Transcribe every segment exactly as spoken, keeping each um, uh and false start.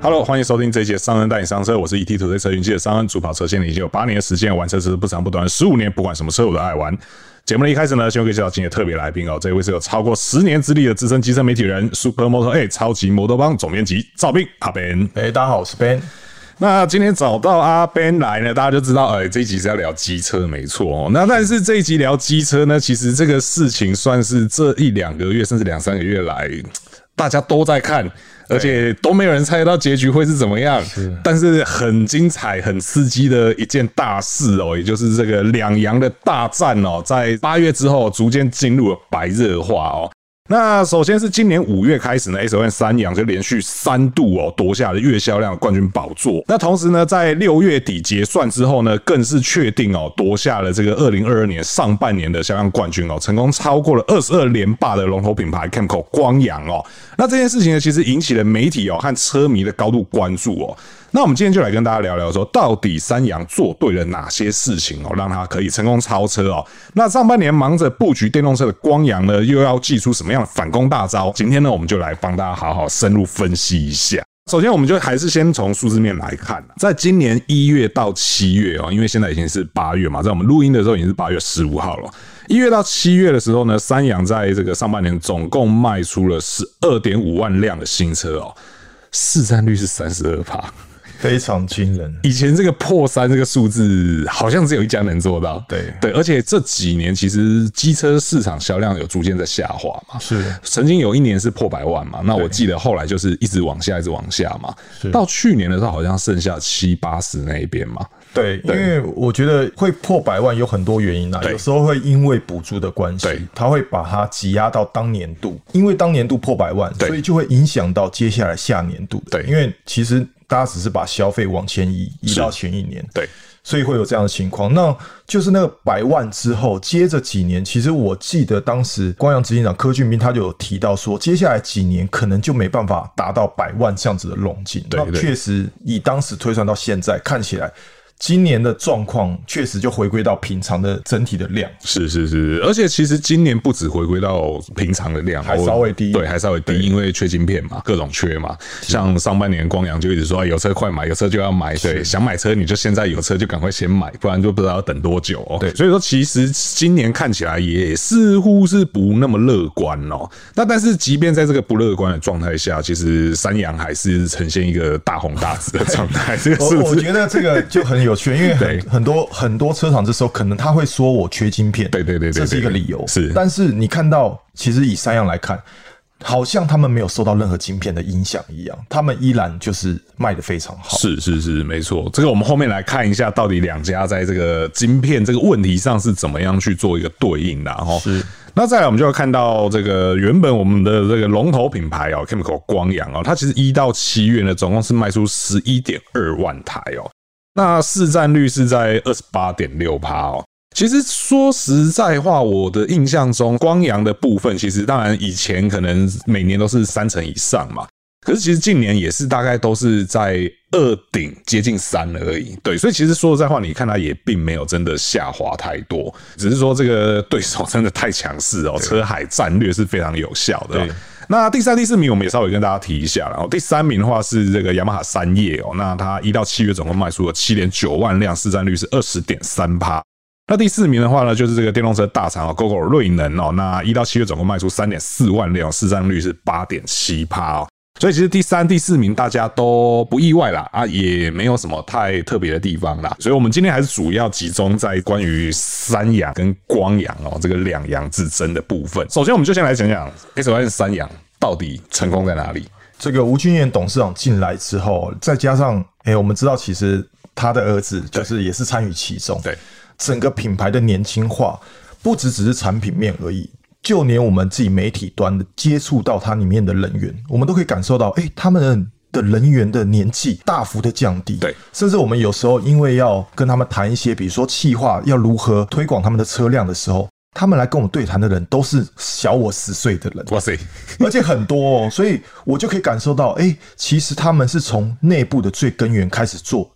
Hello， 欢迎收听这一节商人带你上车，我是 E T 土 车云记的商人主跑车线已经有八年的时间，玩车是不长不短十五年，不管什么车我都爱玩。节目的一开始呢，先会介绍今天的特别来宾哦，这位是有超过十年资历的资深机车媒体人 ，Super Moto A 超级摩托帮总编辑赵斌阿 Ben。 哎、欸，大家好，我是 Ben。 那今天找到阿 Ben 来呢，大家就知道，哎、欸，这一集是要聊机车，没错哦。那但是这一集聊机车呢，其实这个事情算是这一两个月甚至两三个月来，大家都在看。而且都没有人猜得到结局会是怎么样，是但是很精彩、很刺激的一件大事哦，也就是这个两洋的大战哦，在八月之后逐渐进入了白热化哦。那首先是今年五月开始呢 ，S O N 三洋就连续三度哦夺下了月销量冠军宝座。那同时呢，在六月底结算之后呢，更是确定哦夺下了这个二零二二年上半年的销量冠军哦，成功超过了二十二连霸的龙头品牌 Kemco 光阳哦。那这件事情呢，其实引起了媒体哦和车迷的高度关注哦。那我们今天就来跟大家聊聊说，到底三洋做对了哪些事情哦，让它可以成功超车哦。那上半年忙着布局电动车的光阳呢，又要祭出什么样的反攻大招？今天呢，我们就来帮大家好好深入分析一下。首先，我们就还是先从数字面来看，在今年一月到七月哦，因为现在已经是八月嘛，在我们录音的时候已经是八月十五号了。一月到七月的时候呢，三洋在这个上半年总共卖出了 十二点五万辆的新车哦，市占率是 百分之三十二。 非常惊人， 以前这个破三这个数字好像只有一家能做到， 对对，而且这几年其实机车市场销量有逐渐在下滑嘛， 是曾经有一年是破百万嘛，那我记得后来就是一直往下，一直往下嘛，到去年的时候好像剩下七八十那一边嘛。 对，因为我觉得会破百万有很多原因啊，有时候会因为补助的关系，它会把它挤压到当年度，因为当年度破百万，所以就会影响到接下来下年度。对，因为其实大家只是把消费往前移，移到前一年，对，所以会有这样的情况。那就是那个百万之后，接着几年，其实我记得当时光阳执行长柯俊斌他就有提到说，接下来几年可能就没办法达到百万这样子的拢劲。那确实以当时推算到现在，看起来今年的状况确实就回归到平常的整体的量， 是是是，而且其实今年不止回归到平常的量， 还稍微低， 对，还稍微低，因为缺晶片嘛，各种缺嘛。像上半年光阳就一直说有车快买，有车就要买，对，想买车你就现在有车就赶快先买，不然就不知道要等多久哦。对，所以说其实今年看起来也似乎是不那么乐观哦。那但是即便在这个不乐观的状态下，其实三洋还是呈现一个大红大紫的状态。这个数字， 我觉得这个就很有趣，因为 很, 很多很多车厂这时候可能他会说我缺晶片， 对对 对, 对, 对, 对， 这是一个理由。 是， 但是你看到，其实以三洋来看，好像他们没有受到任何晶片的影响一样，他们依然就是卖得非常好。 是是是，没错。这个我们后面来看一下，到底两家在这个晶片这个问题上是怎么样去做一个对应的哈。是。那再来，我们就要看到这个原本我们的这个龙头品牌哦 ，Kemco 光阳哦，它其实一到七月呢，总共是卖出 十一点二万台哦。那市占率是在 百分之二十八点六 哦。其实说实在话，我的印象中，光阳的部分其实当然以前可能每年都是三成以上嘛，可是其实近年也是大概都是在二顶接近三而已。对，所以其实说实在话，你看它也并没有真的下滑太多，只是说这个对手真的太强势哦，车海战略是非常有效的哦。那第三、第四名我们也稍微跟大家提一下，然后第三名的话是这个雅马哈三叶哦，那它一到七月总共卖出了 七点九万辆，市占率是 百分之二十点三。那第四名的话呢，就是这个电动车大厂哦 ，Gogoro 瑞能哦，那一到七月总共卖出 三点四万辆，市占率是 百分之八点七 哦。所以其实第三、第四名大家都不意外啦，啊，也没有什么太特别的地方啦。所以我们今天还是主要集中在关于三洋跟光阳哦这个两洋之争的部分。首先，我们就先来讲讲 S O N 三洋到底成功在哪里。 这个吴俊彦董事长进来之后，再加上哎、欸，我们知道其实他的儿子就是也是参与其中，对，整个品牌的年轻化，不只只是产品面而已。就连我们自己媒体端的接触到它里面的人员，我们都可以感受到，哎、欸，他们的人员的年纪大幅的降低。对，甚至我们有时候因为要跟他们谈一些，比如说企划要如何推广他们的车辆的时候，他们来跟我们对谈的人都是小我十岁的人。哇塞，而且很多哦，所以我就可以感受到，哎、欸，其实他们是从内部的最根源开始做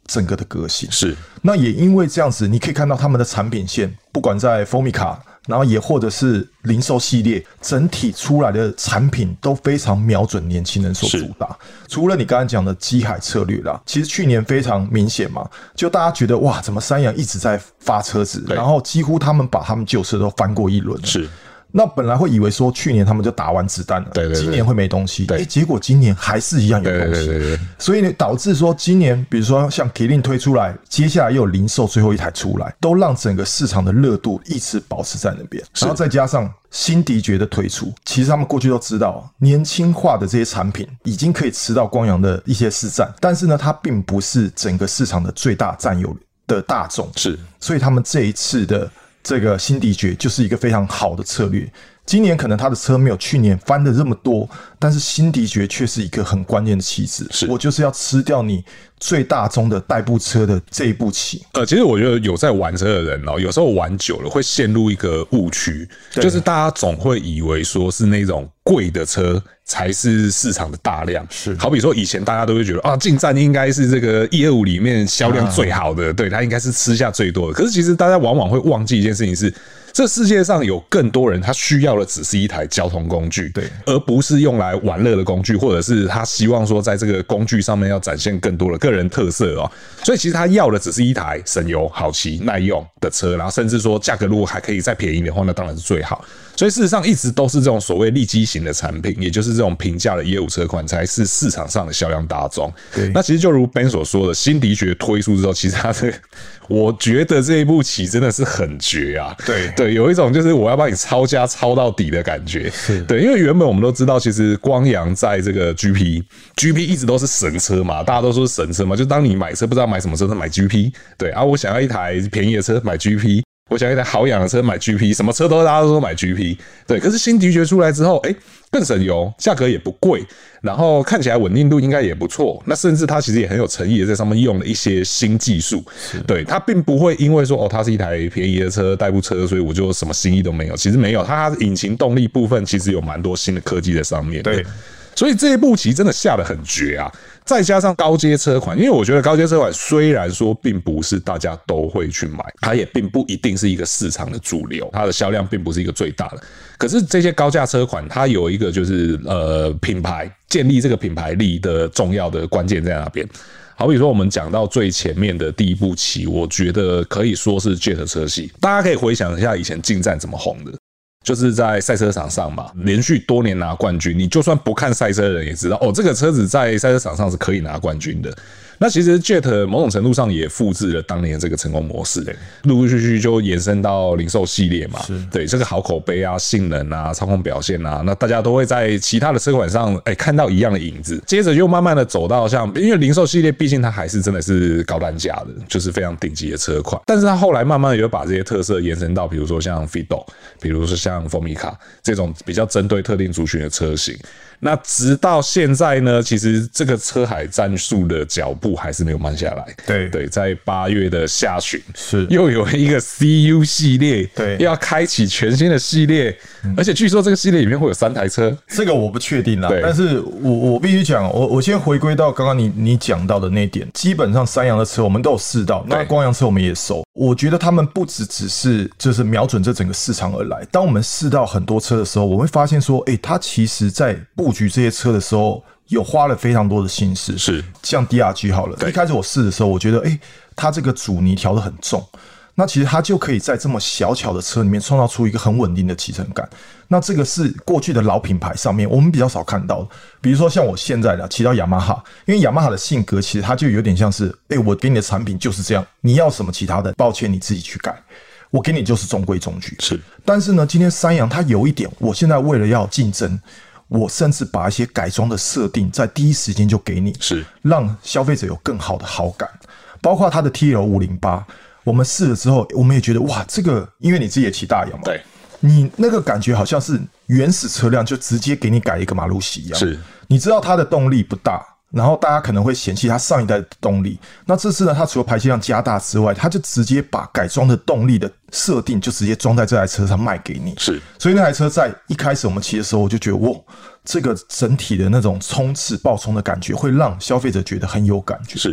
整个的革新。 是， 那也因为这样子，你可以看到他们的产品线，不管在 Formica， 然后也或者是零售系列，整体出来的产品都非常瞄准年轻人所主打。除了你刚才讲的机海策略啦，其实去年非常明显嘛，就大家觉得哇，怎么三洋一直在发车子，然后几乎他们把他们旧车都翻过一轮了。 是。 那本来会以为说去年他们就打完子弹了， 对对对， 今年会没东西， 对， 欸，结果今年还是一样有东西，对对对对，所以呢导致说今年比如说像 Kirin 推出来，接下来又有零售最后一台出来，都让整个市场的热度一直保持在那边，然后再加上新迪爵的推出，其实他们过去都知道年轻化的这些产品已经可以吃到光阳的一些市占，但是呢它并不是整个市场的最大占有的大众， 是， 所以他们这一次的这个新迪爵就是一个非常好的策略。今年可能他的车没有去年翻的这么多，但是新迪爵却是一个很关键的棋子，我就是要吃掉你最大宗的代步车的这一步棋。 呃，其实我觉得有在玩车的人哦，有时候玩久了会陷入一个误区，就是大家总会以为说是那种贵的车才是市场的大量。是，好比说以前大家都会觉得啊，进站应该是这个一二五里面销量最好的，啊、对，它应该是吃下最多的。可是其实大家往往会忘记一件事情是，这世界上有更多人他需要的只是一台交通工具，对，而不是用来玩乐的工具，或者是他希望说在这个工具上面要展现更多的个人特色哦。所以其实他要的只是一台省油、好骑、耐用的车，然后甚至说价格如果还可以再便宜一点的话，那当然是最好。所以事实上一直都是这种所谓利基型的产品，也就是这种平价的一二五车款才是市场上的销量大宗。对，那其实就如 Ben 所说的，新迪爵推出之后，其实他这个我觉得这一步棋真的是很绝啊。对对，有一种就是我要帮你抄家抄到底的感觉。对，因为原本我们都知道，其实光阳在这个 G P G P 一直都是神车嘛，大家都说是神车嘛，就当你买车不知道买什么车，买 G P。对啊，我想要一台便宜的车买 G P。我想要一台好养的车买 G P， 什么车都大家都说买 G P， 对。可是新迪爵出来之后，哎、欸，更省油，价格也不贵，然后看起来稳定度应该也不错。那甚至它其实也很有诚意的在上面用了一些新技术，对，它并不会因为说哦，它是一台便宜的车代步车，所以我就什么新意都没有。其实没有，它引擎动力部分其实有蛮多新的科技在上面的。对。所以这一步棋真的下得很绝啊！再加上高阶车款，因为我觉得高阶车款虽然说并不是大家都会去买，它也并不一定是一个市场的主流，它的销量并不是一个最大的。可是这些高价车款，它有一个就是呃品牌建立这个品牌力的重要的关键在那边。好比说我们讲到最前面的第一步棋，我觉得可以说是 Jet 车系，大家可以回想一下以前进站怎么红的。就是在赛车场上嘛，连续多年拿冠军，你就算不看赛车的人也知道，哦，这个车子在赛车场上是可以拿冠军的。那其实 Jet 某种程度上也复制了当年这个成功模式，陆陆续续就延伸到零售系列嘛，对，这个好口碑啊、性能啊、操控表现啊，那大家都会在其他的车款上，哎、欸，看到一样的影子。接着就慢慢的走到像，因为零售系列毕竟它还是真的是高单价的，就是非常顶级的车款，但是它后来慢慢的有把这些特色延伸到，比如说像 Fido， 比如说像 Formica 这种比较针对特定族群的车型。那直到现在呢，其实这个车海战术的脚步还是没有慢下来。对对，在八月的下旬，是又有一个 C U 系列，对，要开启全新的系列，嗯、而且据说这个系列里面会有三台车， 这个我不确定啦。但是我我必须讲，我我先回归到刚刚你你讲到的那点，基本上三洋的车我们都有试到，那光阳车我们也熟。我觉得他们不只只是就是瞄准这整个市场而来。当我们试到很多车的时候，我会发现说，哎、欸，它其实在布局这些车的时候，有花了非常多的心思。是像 D R G 好了，一开始我试的时候，我觉得，哎、欸，它这个阻尼调得很重。那其实它就可以在这么小巧的车里面创造出一个很稳定的骑乘感。那这个是过去的老品牌上面我们比较少看到的，比如说像我现在的骑到雅马哈，因为雅马哈的性格其实它就有点像是，哎、欸，我给你的产品就是这样，你要什么其他的，抱歉你自己去改，我给你就是中规中矩。是，但是呢，今天三洋它有一点，我现在为了要竞争，我甚至把一些改装的设定在第一时间就给你，是让消费者有更好的好感，包括它的 T L 五零八。我们试了之后，我们也觉得哇，这个因为你自己也骑大洋嘛，对，你那个感觉好像是原始车辆就直接给你改一个马路系一样。是，你知道它的动力不大，然后大家可能会嫌弃它上一代的动力。那这次呢，它除了排气量加大之外，它就直接把改装的动力的设定就直接装在这台车上卖给你。是，所以那台车在一开始我们骑的时候，我就觉得哇，这个整体的那种冲刺爆冲的感觉，会让消费者觉得很有感觉。是。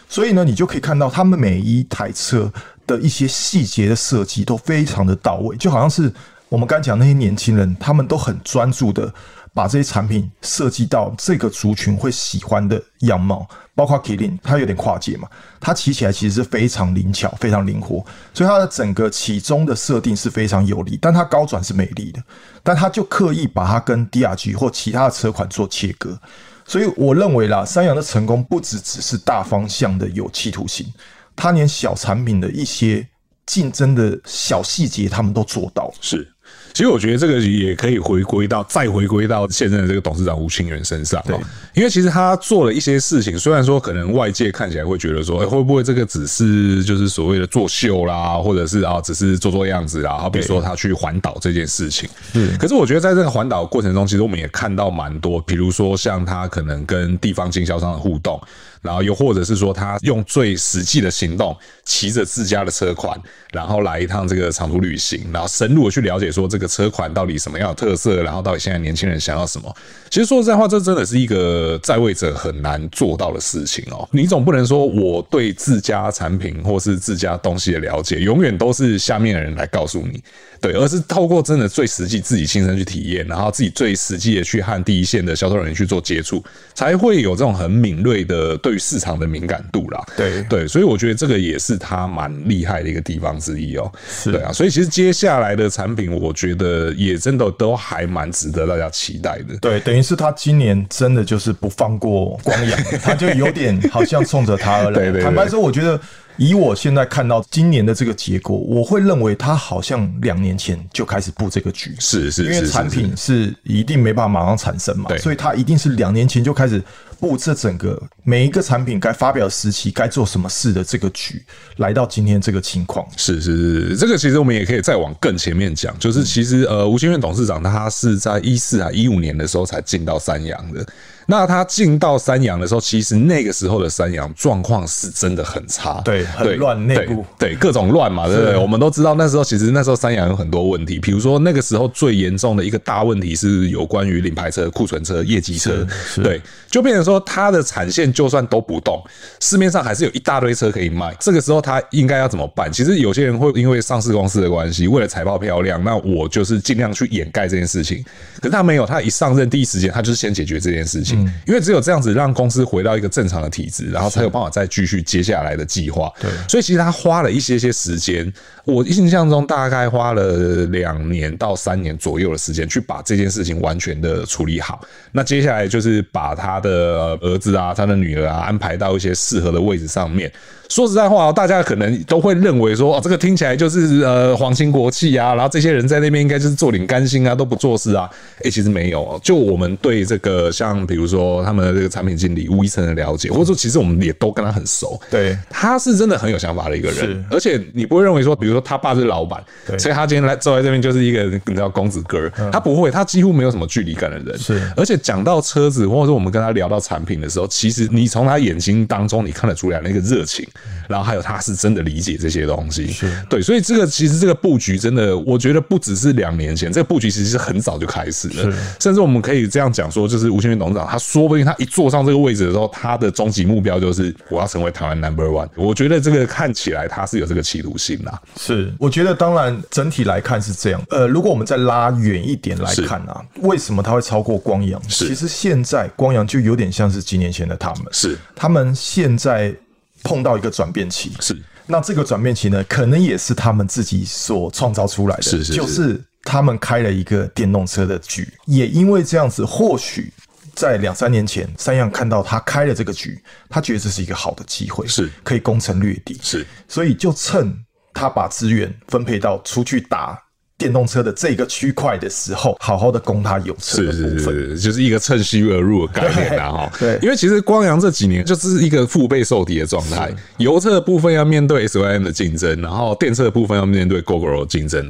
所以呢，你就可以看到他们每一台车的一些细节的设计都非常的到位，就好像是我们刚才讲那些年轻人，他们都很专注的把这些产品设计到这个族群会喜欢的样貌。包括 Kilin 它有点跨界嘛，它骑起来其实是非常灵巧非常灵活，所以它的整个起中的设定是非常有利，但它高转是美丽的，但它就刻意把它跟 D R G 或其他的车款做切割。所以我认为啦，三阳的成功不只只是大方向的有企图心，它连小产品的一些竞争的小细节他们都做到。 是，其实我觉得这个也可以回归到再回归到现任的这个董事长吴清源身上哦，因为其实他做了一些事情，虽然说可能外界看起来会觉得说，欸、会不会这个只是就是所谓的作秀啦，或者是啊只是做做样子啦，好比说他去环岛这件事情。可是我觉得在这个环岛过程中，其实我们也看到蛮多，比如说像他可能跟地方经销商的互动。然后又或者是说他用最实际的行动骑着自家的车款然后来一趟这个长途旅行，然后深入的去了解说这个车款到底什么样的特色，然后到底现在年轻人想要什么。其实说实在话，这真的是一个在位者很难做到的事情哦。你总不能说我对自家产品或是自家东西的了解永远都是下面的人来告诉你，对，而是透过真的最实际自己亲身去体验，然后自己最实际的去和第一线的销售人员去做接触，才会有这种很敏锐的对于市场的敏感度啦。 对对， 所以我觉得这个也是他蛮厉害的一个地方之一哦。对啊，所以其实接下来的产品，我觉得也真的都还蛮值得大家期待的。 对，等于是他今年真的就是不放过光阳，他就有点好像冲着他而来。对对对，坦白说，我觉得。以我现在看到今年的这个结果，我会认为他好像两年前就开始布这个局， 是是， 因为产品是一定没办法马上产生嘛，所以他一定是两年前就开始布这整个每一个产品该发表的时期该做什么事的这个局，来到今天这个情况。 是是是，这个其实我们也可以再往更前面讲，就是其实呃，吴清源董事长他是在一四还一五年的时候才进到三阳的。那他进到三阳的时候，其实那个时候的三阳状况是真的很差， 对，很乱，内部对, 对各种乱嘛，对不对？我们都知道那时候其实那时候三阳有很多问题，比如说那个时候最严重的一个大问题是有关于领牌车、库存车、业绩车，对，就变成说它的产线就算都不动，市面上还是有一大堆车可以卖。这个时候他应该要怎么办？其实有些人会因为上市公司的关系，为了财报漂亮，那我就是尽量去掩盖这件事情。可是他没有，他一上任第一时间，他就是先解决这件事情。因为只有这样子让公司回到一个正常的体制，然后才有办法再继续接下来的计划。对，所以其实他花了一些些时间，我印象中大概花了两年到三年左右的时间去把这件事情完全的处理好。那接下来就是把他的儿子啊、他的女儿啊安排到一些适合的位置上面。说实在话，大家可能都会认为说，哦，这个听起来就是呃皇亲国戚啊，然后这些人在那边应该就是坐领干薪啊，都不做事啊。哎、欸，其实没有，就我们对这个像比如说他们的这个产品经理吴一成的了解，或者说其实我们也都跟他很熟。对，他是真的很有想法的一个人，而且你不会认为说，比如说他爸是老板，所以他今天来坐在这边就是一个你知道公子哥，嗯、他不会，他几乎没有什么距离感的人。是，而且讲到车子，或者说我们跟他聊到产品的时候，其实你从他眼睛当中你看得出来那个热情。然后还有他是真的理解这些东西，对，所以这个其实这个布局真的，我觉得不只是两年前，这个布局其实是很早就开始了，甚至我们可以这样讲说，就是吴清源董事长，他说不定他一坐上这个位置的时候，他的终极目标就是我要成为台湾 number one。我觉得这个看起来他是有这个企图心啦。是， 我觉得当然整体来看是这样。呃，如果我们再拉远一点来看啊，为什么他会超过光阳？其实现在光阳就有点像是几年前的他们，是他们现在。碰到一个转变期，是那这个转变期呢，可能也是他们自己所创造出来的，是是是就是他们开了一个电动车的局，也因为这样子，或许在两三年前，三阳看到他开了这个局，他觉得这是一个好的机会，是可以攻城略地，是，所以就趁他把资源分配到出去打。电动车的这个区块的时候，好好的攻它油车的部分，是是是，就是一个趁虚而入的概念啦哈。对，因为其实光阳这几年就是一个腹背受敌的状态，油车的部分要面对 S Y M 的竞争，然后电车的部分要面对 Gogoro 的竞争哦。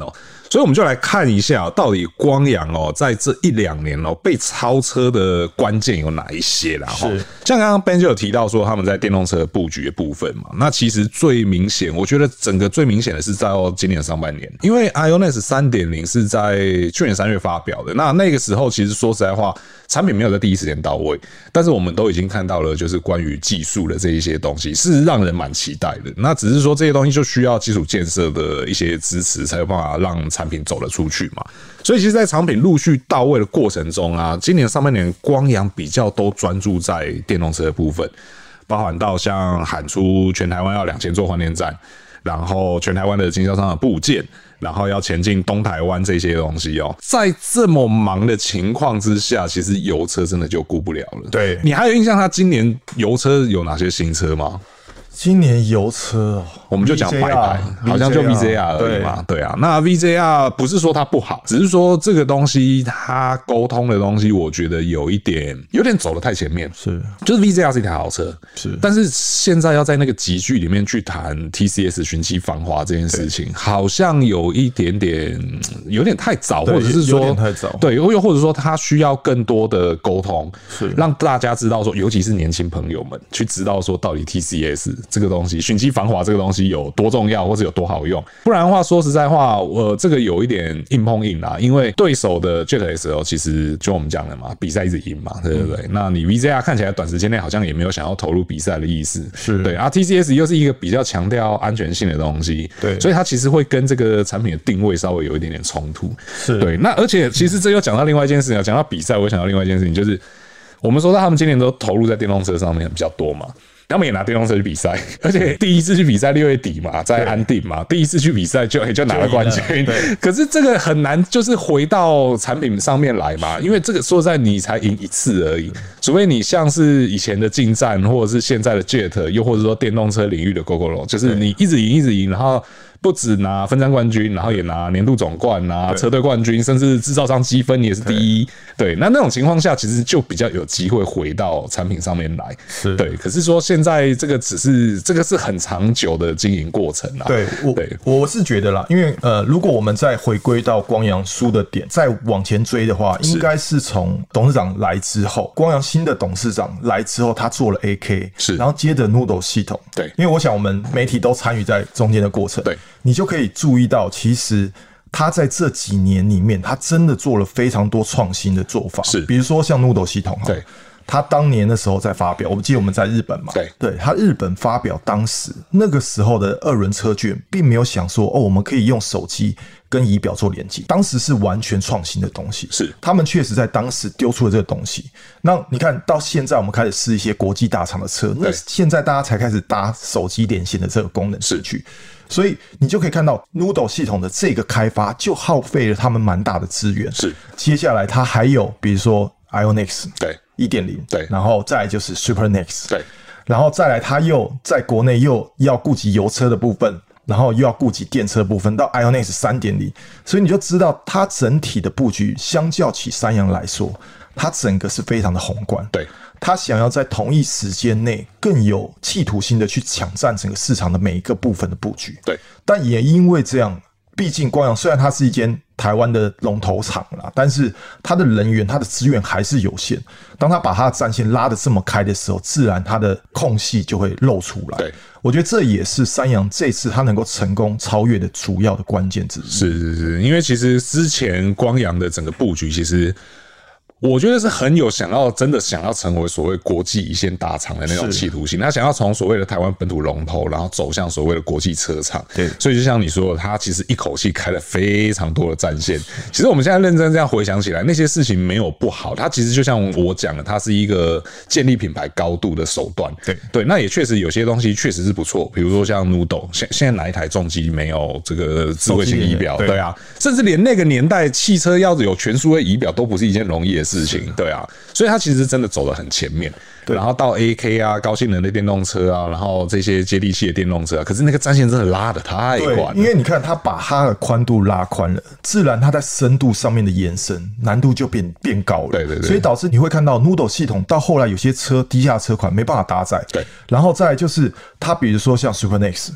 所以我们就来看一下、哦、到底光阳哦，在这一两年哦被超车的关键有哪一些啦？哈，像刚刚 Ben 就有提到说他们在电动车布局的部分嘛，那其实最明显，我觉得整个最明显的是在今年上半年，因为 I O N E S 三点零 是在去年三月发表的，那那个时候其实说实在话，产品没有在第一时间到位，但是我们都已经看到了，就是关于技术的这一些东西，是让人蛮期待的。那只是说这些东西就需要基础建设的一些支持，才有办法让产品走得出去嘛。所以其实，在产品陆续到位的过程中啊，今年上半年光阳比较都专注在电动车的部分，包含到像喊出全台湾要两千座换电站，然后全台湾的经销商的部件。然后要前进东台湾这些东西哦，在这么忙的情况之下，其实油车真的就顾不了了。 对， 你还有印象他今年油车有哪些新车吗？ 今年油车哦， 我们就讲白牌，好像就 V J R 而已嘛。对啊，那 V J R 不是说它不好，只是说这个东西它沟通的东西，我觉得有一点有点走得太前面。 是， 就是 V J R 是一台好车， 是， 但是现在要在那个集聚里面去谈 T C S 循迹防滑这件事情，好像有一点点有点太早，或者是说有点太早， 对，又或者说它需要更多的沟通， 是让大家知道说，尤其是年轻朋友们去知道说，到底 T C S 这个东西，循迹防滑这个东西有多重要，或者有多好用。不然的话，说实在话，我这个有一点硬碰硬啦，因为对手的 Jet S L 其实就我们讲的嘛，比赛一直赢嘛，对不对？嗯、那你 V J R 看起来短时间内好像也没有想要投入比赛的意思， 是对。啊 ，T C S 又是一个比较强调安全性的东西， 对， 所以它其实会跟这个产品的定位稍微有一点点冲突， 是对。那而且其实这又讲到另外一件事情，讲到比赛，我想到另外一件事情，就是我们说到他们今年都投入在电动车上面比较多嘛。他们也拿电动车去比赛，而且第一次去比赛六月底嘛，在安定嘛，第一次去比赛就就拿了冠军。可是这个很难，就是回到产品上面来嘛，因为这个说实在你才赢一次而已，除非你像是以前的进站，或者是现在的 Jet， 又或者说电动车领域的 Gogoro， 就是你一直赢一直赢，然后。不只拿分站冠军，然后也拿年度总冠、拿车队冠军，甚至制造商积分也是第一。对，那那种情况下，其实就比较有机会回到产品上面来。 是对，可是说现在这个只是这个是很长久的经营过程啦。 对，我对我是觉得啦，因为呃，如果我们再回归到光阳输的点，再往前追的话，应该是从董事长来之后，光阳新的董事长来之后，他做了 A K， 是， 然后接着 Noodle 系统。 对， 因为我想我们媒体都参与在中间的过程。 对。 你就可以注意到，其实他在这几年里面，他真的做了非常多创新的做法。 是， 比如说像 Noodle 系统， 对， 他当年的时候在发表，我记得我们在日本嘛， 对， 对他日本发表当时那个时候的二轮车券，并没有想说哦，我们可以用手机跟仪表做连接，当时是完全创新的东西。 是，他们确实在当时丢出了这个东西。那你看到现在，我们开始试一些国际大厂的车，那现在大家才开始搭手机连线的这个功能进去。所以你就可以看到 Noodle 系统的这个开发就耗费了他们蛮大的资源。 是， 接下来它还有比如说 I O N E X 对一点零对， 然后再来就是 Super Next 对， 然后再来它又在国内又要顾及油车的部分，然后又要顾及电车部分，到 I O N E X 三点零， 所以你就知道它整体的布局相较起三阳来说，它整个是非常的宏观。 对， 他想要在同一时间内更有企图心的去抢占整个市场的每一个部分的布局。 对， 但也因为这样，毕竟光阳虽然它是一间台湾的龙头厂啦，但是它的人员、它的资源还是有限。当他把他的战线拉得这么开的时候，自然他的空隙就会露出来。 对， 我觉得这也是三阳这次他能够成功超越的主要的关键之一。 是是是，因为其实之前光阳的整个布局，其实我觉得是很有想要真的想要成为所谓国际一线大厂的那种企图心，他想要从所谓的台湾本土龙头，然后走向所谓的国际车厂。 对， 所以就像你说的，他其实一口气开了非常多的战线。其实我们现在认真这样回想起来，那些事情没有不好，它其实就像我讲的，它是一个建立品牌高度的手段。 对对，那也确实有些东西确实是不错，比如说像 Noodle， 现现在哪一台重机没有这个智慧型仪表？对啊，甚至连那个年代汽车要有全数位仪表都不是一件容易的事情。对啊，所以它其实真的走得很前面。然后到 A K 啊，高性能的电动车啊，然后这些接地气的电动车啊，可是那个战线真的拉得太宽了。 因为你看它把它的宽度拉宽了，自然它在深度上面的延伸难度就变变高了。 对对对， 所以导致你会看到 Noodle 系统到后来有些车低价车款没办法搭载。 对， 然后再来就是它比如说像 Super Next。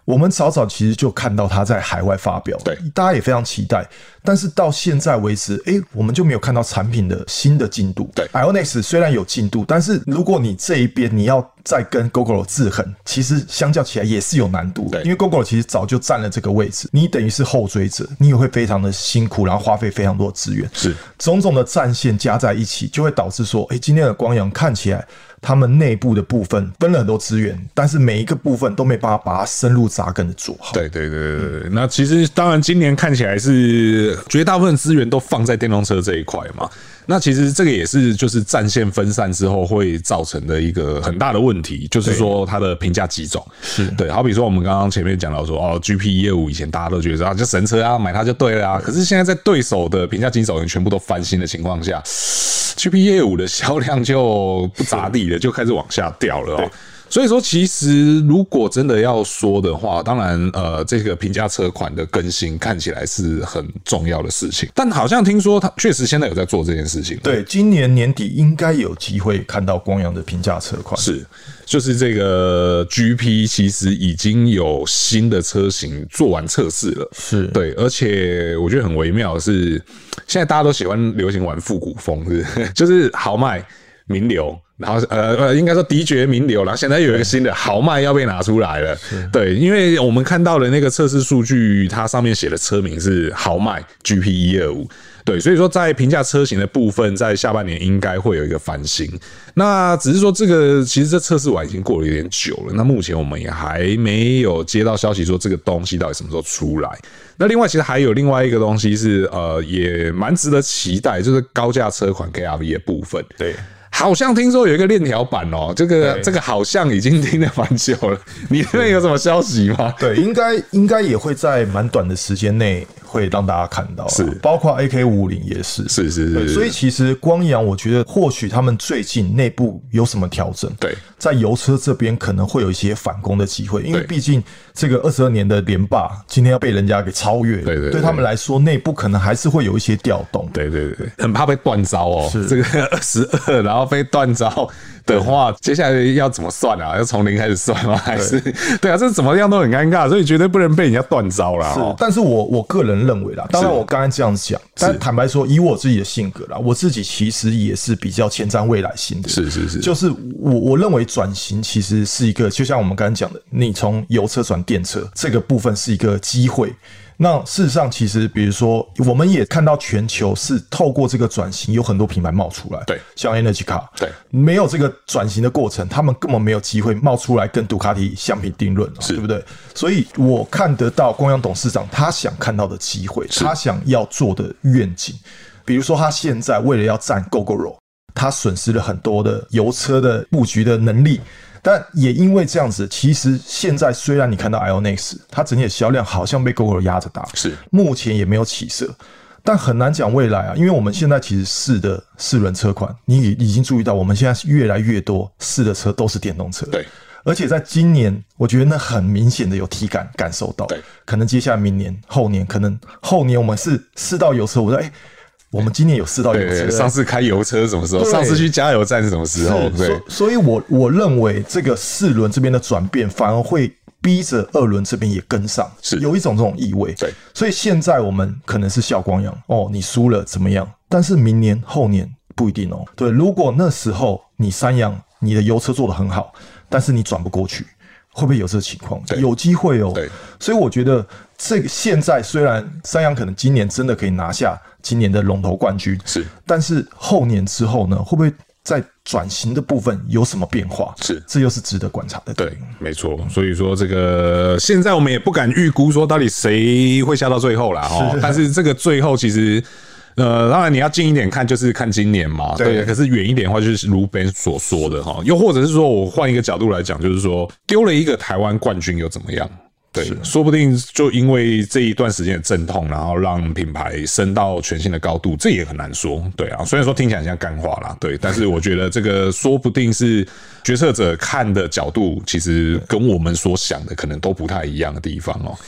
我们早早其实就看到它在海外发表， 对， 大家也非常期待。但是到现在为止，哎、欸，我们就没有看到产品的新的进度。 对 ，I O N X 虽然有进度，但是如果你这一边你要再跟 Gogoro 制衡，其实相较起来也是有难度的。因为 Gogoro 其实早就占了这个位置，你等于是后追者，你也会非常的辛苦，然后花费非常多的资源。 是种种的战线加在一起，就会导致说，哎、欸，今天的光阳看起来他们内部的部分分了很多资源，但是每一个部分都没办法把它深入扎根的做好。 对对对对对，那其实当然今年看起来是绝大部分资源都放在电动车这一块嘛。那其实这个也是就是战线分散之后会造成的一个很大的问题，就是说它的评价几种是对，好比说我们刚刚前面讲到说哦 ，G P 业务以前大家都觉得啊就神车啊，买它就对了啊，可是现在在对手的评价几种全部都翻新的情况下 ，G P 业务的销量就不咋地了，就开始往下掉了哦。所以说，其实如果真的要说的话，当然，呃，这个平价车款的更新看起来是很重要的事情，但好像听说他确实现在有在做这件事情。 对，今年年底应该有机会看到光阳的平价车款。 是，就是这个 G P 其实已经有新的车型做完测试了。 是对，而且我觉得很微妙的是，现在大家都喜欢流行玩复古风，是不是？就是豪迈、名流。然后呃呃，应该说迪爵名流，然后现在有一个新的豪迈要被拿出来了，对，因为我们看到的那个测试数据，它上面写的车名是豪迈 G P 一二五，对，所以说在平价车型的部分，在下半年应该会有一个翻新。那只是说这个其实这测试完已经过了有点久了，那目前我们也还没有接到消息说这个东西到底什么时候出来。那另外其实还有另外一个东西是呃也蛮值得期待，就是高价车款 K R V 的部分， 对。 好像听说有一个链条版哦，这个这个好像已经听了蛮久了。你那边有什么消息吗？ 对，应该应该也会在蛮短的时间内会让大家看到， 是包括 A K 五五零 也是， 是是 是, 是。 所以其实光阳，我觉得或许他们最近内部有什么调整， 对， 在油车这边可能会有一些反攻的机会，因为毕竟这个二十二年的连霸今天要被人家给超越， 对 对, 对, 对他们来说内部可能还是会有一些调动， 对对对，很怕被断招哦。这个二十二，然后被断招的话，接下来要怎么算啊？要从零开始算吗？还是 对, 对啊？这怎么样都很尴尬，所以绝对不能被人家断招啦。 是，但是我我个人认为啦，当然我刚才这样讲，但坦白说，以我自己的性格啦，我自己其实也是比较前瞻未来型的。 是是是， 就是我我认为转型其实是一个，就像我们刚才讲的，你从油车转电车这个部分是一个机会。那事实上，其实比如说，我们也看到全球是透过这个转型，有很多品牌冒出来， 对， 像 Energy Car， 对， 没有这个转型的过程，他们根本没有机会冒出来跟杜卡迪相提并论，对不对？所以我看得到光阳董事长他想看到的机会，他想要做的愿景，比如说他现在为了要占 Gogoro， 他损失了很多的油车的布局的能力。但也因为这样子，其实现在虽然你看到 I O N X 它整体的销量好像被 Gogoro 压着打，是目前也没有起色，但很难讲未来啊，因为我们现在其实试的四轮车款，你已经注意到，我们现在越来越多试的车都是电动车，对，而且在今年，我觉得那很明显的有体感感受到，对，可能接下来明年、后年，可能后年我们是试到油车，我说哎。欸我们今年有试到油车， 对对，上次开油车是什么时候？上次去加油站是什么时候？对， 所, 所以我我认为这个四轮这边的转变，反而会逼着二轮这边也跟上，是有一种这种意味。对，所以现在我们可能是笑光阳哦，你输了怎么样？但是明年后年不一定哦。对，如果那时候你三阳你的油车做得很好，但是你转不过去。会不会有这个情况？有机会哦。对，所以我觉得这个现在虽然三阳可能今年真的可以拿下今年的龙头冠军，是，但是后年之后呢，会不会在转型的部分有什么变化？是，这又是值得观察的。 对，没错。所以说这个现在我们也不敢预估说到底谁会下到最后啦齁，但是这个最后其实。呃，当然你要近一点看，就是看今年嘛，对。对，可是远一点的话，就是如 Ben 所说的哈，又或者是说我换一个角度来讲，就是说丢了一个台湾冠军又怎么样？对，说不定就因为这一段时间的阵痛，然后让品牌升到全新的高度，这也很难说。对啊，虽然说听起来很像干话啦，对，但是我觉得这个说不定是决策者看的角度，其实跟我们所想的可能都不太一样的地方哦。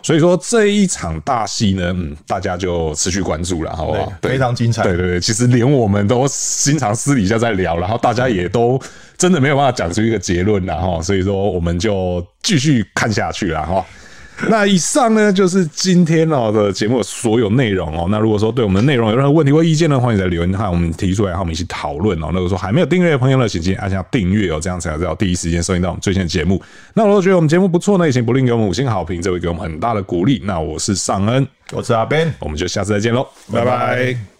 所以说这一场大戏呢，嗯，大家就持续关注了，好不好？ 非常精彩。 对对对，其实连我们都经常私底下在聊，然后大家也都真的没有办法讲出一个结论了哈，所以说我们就继续看下去了哈。那以上呢就是今天哦的节目的所有内容哦。那如果说对我们的内容有任何问题或意见呢，欢迎在留言和我们提出来，和我们一起讨论哦。那如果说还没有订阅的朋友呢，请记得按下订阅哦，这样才能在第一时间收听到我们最新的节目。那如果觉得我们节目不错呢，也请不吝给我们五星好评，这会给我们很大的鼓励。那我是尚恩， 我是阿 Ben， 我们就下次再见喽，拜拜。